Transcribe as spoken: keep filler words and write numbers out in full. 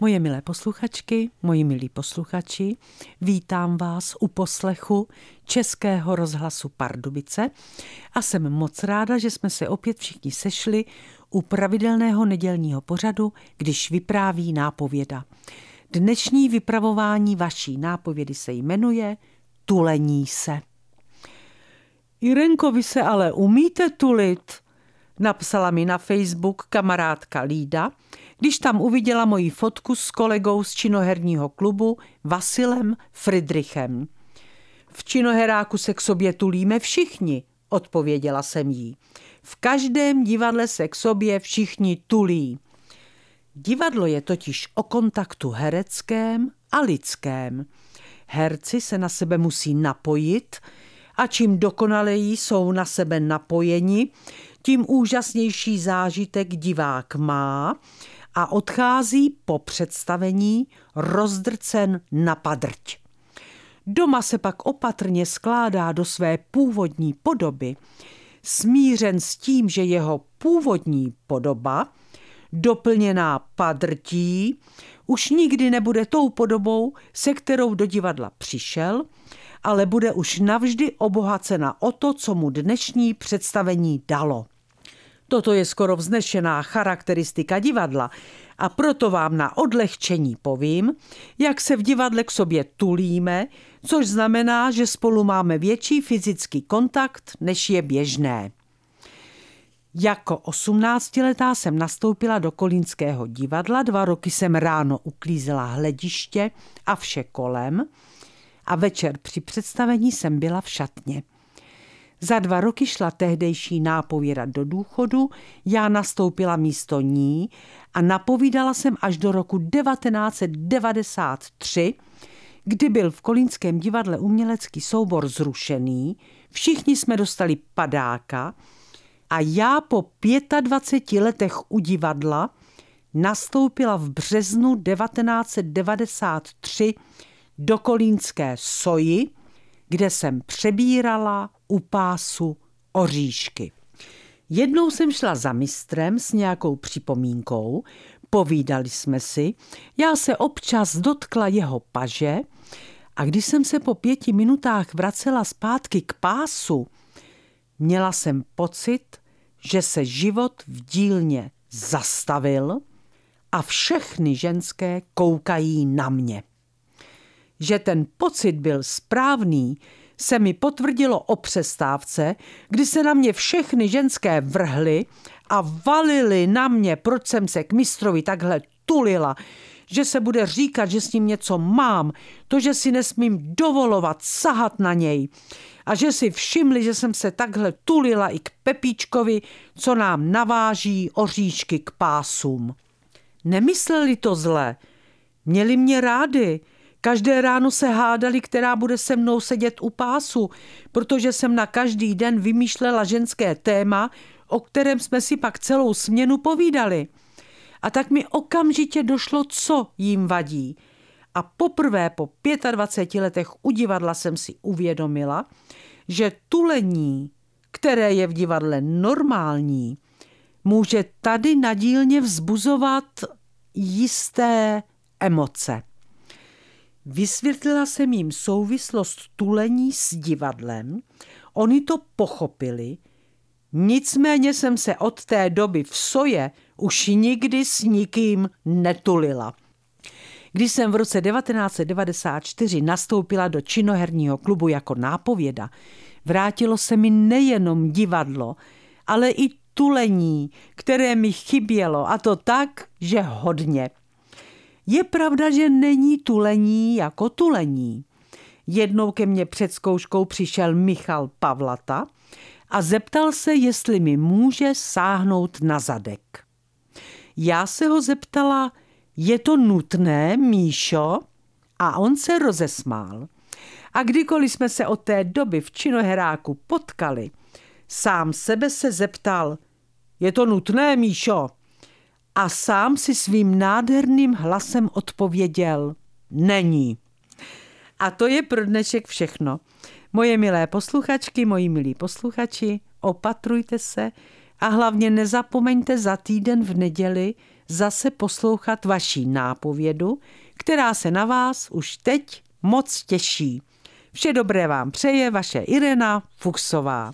Moje milé posluchačky, moji milí posluchači, vítám vás u poslechu Českého rozhlasu Pardubice a jsem moc ráda, že jsme se opět všichni sešli u pravidelného nedělního pořadu, když vypráví nápověda. Dnešní vypravování vaší nápovědy se jmenuje Tulení se. Irenko, vy se ale umíte tulit? Napsala mi na Facebook kamarádka Lída, když tam uviděla moji fotku s kolegou z činoherního klubu Vasilem Fridrichem. V činoheráku se k sobě tulíme všichni, odpověděla jsem jí. V každém divadle se k sobě všichni tulí. Divadlo je totiž o kontaktu hereckém a lidském. Herci se na sebe musí napojit a čím dokonaleji jsou na sebe napojeni, tím úžasnější zážitek divák má a odchází po představení rozdrcen na padrť. Doma se pak opatrně skládá do své původní podoby, smířen s tím, že jeho původní podoba, doplněná padrtí, už nikdy nebude tou podobou, se kterou do divadla přišel, ale bude už navždy obohacena o to, co mu dnešní představení dalo. Toto je skoro vznešená charakteristika divadla a proto vám na odlehčení povím, jak se v divadle k sobě tulíme, což znamená, že spolu máme větší fyzický kontakt, než je běžné. Jako osmnáctiletá jsem nastoupila do kolínského divadla, dva roky jsem ráno uklízela hlediště a vše kolem a večer při představení jsem byla v šatně. Za dva roky šla tehdejší nápověda do důchodu, já nastoupila místo ní a napovídala jsem až do roku devatenáct set devadesát tři, kdy byl v kolínském divadle umělecký soubor zrušený, všichni jsme dostali padáka a já po dvaceti pěti letech u divadla nastoupila v březnu devatenáct set devadesát tři do kolínské Soji, kde jsem přebírala u pásu oříšky. Jednou jsem šla za mistrem s nějakou připomínkou, povídali jsme si, já se občas dotkla jeho paže a když jsem se po pěti minutách vracela zpátky k pásu, měla jsem pocit, že se život v dílně zastavil a všechny ženské koukají na mě. Že ten pocit byl správný, se mi potvrdilo o přestávce, kdy se na mě všechny ženské vrhly a valily na mě, proč jsem se k mistrovi takhle tulila, že se bude říkat, že s ním něco mám, to, že si nesmím dovolovat sahat na něj a že si všimli, že jsem se takhle tulila i k Pepíčkovi, co nám naváží oříšky k pásům. Nemysleli to zle, měli mě rádi. Každé ráno se hádali, která bude se mnou sedět u pásu, protože jsem na každý den vymýšlela ženské téma, o kterém jsme si pak celou směnu povídali. A tak mi okamžitě došlo, co jim vadí. A poprvé po dvaceti pěti letech u divadla jsem si uvědomila, že tulení, které je v divadle normální, může tady na dílně vzbuzovat jisté emoce. Vysvětlila jsem jim souvislost tulení s divadlem, oni to pochopili, nicméně jsem se od té doby v Soje už nikdy s nikým netulila. Když jsem v roce devatenáct set devadesát čtyři nastoupila do činoherního klubu jako nápověda, vrátilo se mi nejenom divadlo, ale i tulení, které mi chybělo, a to tak, že hodně. Je pravda, že není tulení jako tulení. Jednou ke mně před zkouškou přišel Michal Pavlata a zeptal se, jestli mi může sáhnout na zadek. Já se ho zeptala, je to nutné, Míšo? A on se rozesmál. A kdykoliv jsme se od té doby v činoheráku potkali, sám sebe se zeptal, je to nutné, Míšo? A sám si svým nádherným hlasem odpověděl, není. A to je pro dnešek všechno. Moje milé posluchačky, moji milí posluchači, opatrujte se a hlavně nezapomeňte za týden v neděli zase poslouchat vaší nápovědu, která se na vás už teď moc těší. Vše dobré vám přeje vaše Irena Fuchsová.